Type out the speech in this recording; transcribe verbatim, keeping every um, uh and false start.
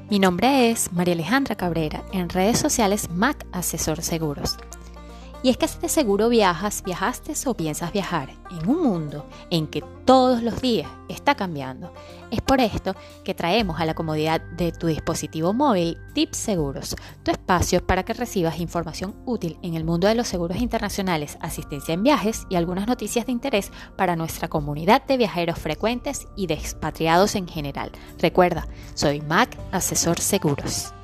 Mi nombre es María Alejandra Cabrera, en redes sociales Mac Asesor Seguros. Y es que si de seguro viajas, viajaste o piensas viajar en un mundo en que todos los días está cambiando. Es por esto que traemos a la comodidad de tu dispositivo móvil Tips Seguros, tu espacio para que recibas información útil en el mundo de los seguros internacionales, asistencia en viajes y algunas noticias de interés para nuestra comunidad de viajeros frecuentes y de expatriados en general. Recuerda, soy Mac Asesor Seguros.